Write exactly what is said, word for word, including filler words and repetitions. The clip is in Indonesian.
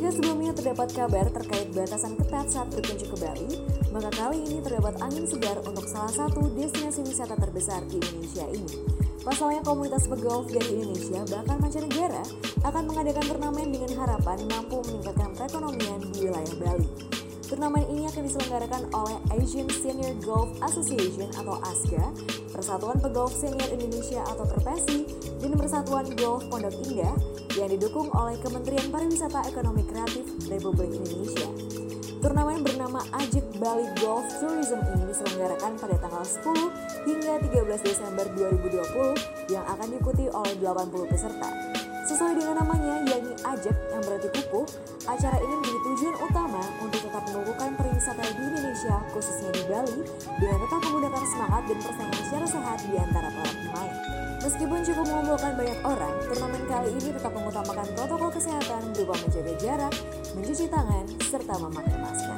Jika sebelumnya terdapat kabar terkait batasan ketat saat berkunjung ke Bali, maka kali ini terdapat angin segar untuk salah satu destinasi wisata terbesar di Indonesia ini. Pasalnya komunitas pegolf dari Indonesia bahkan mancanegara akan mengadakan turnamen dengan harapan mampu meningkatkan perekonomian di wilayah Bali. Turnamen ini akan diselenggarakan oleh Asian Senior Golf Association atau ASGA, Persatuan Pegolf Senior Indonesia atau Perpesi, dan Persatuan Golf Pondok Indah yang didukung oleh Kementerian Pariwisata Ekonomi Kreatif Republik Indonesia. Turnamen bernama Ajak Bali Golf Tourism ini diselenggarakan pada tanggal sepuluh hingga tiga belas Desember dua ribu dua puluh yang akan diikuti oleh delapan puluh peserta. Sesuai dengan namanya, yakni Ajak yang berarti kukuh, acara ini menjadi tujuan utama untuk tetap menumbuhkan pariwisata di Indonesia, khususnya di Bali, dengan tetap menggunakan semangat dan persaingan secara sehat di antara para pemain. Meskipun cukup mengumpulkan banyak orang, turnamen kali ini tetap mengutamakan protokol kesehatan berupa menjaga jarak, mencuci tangan, serta memakai masker.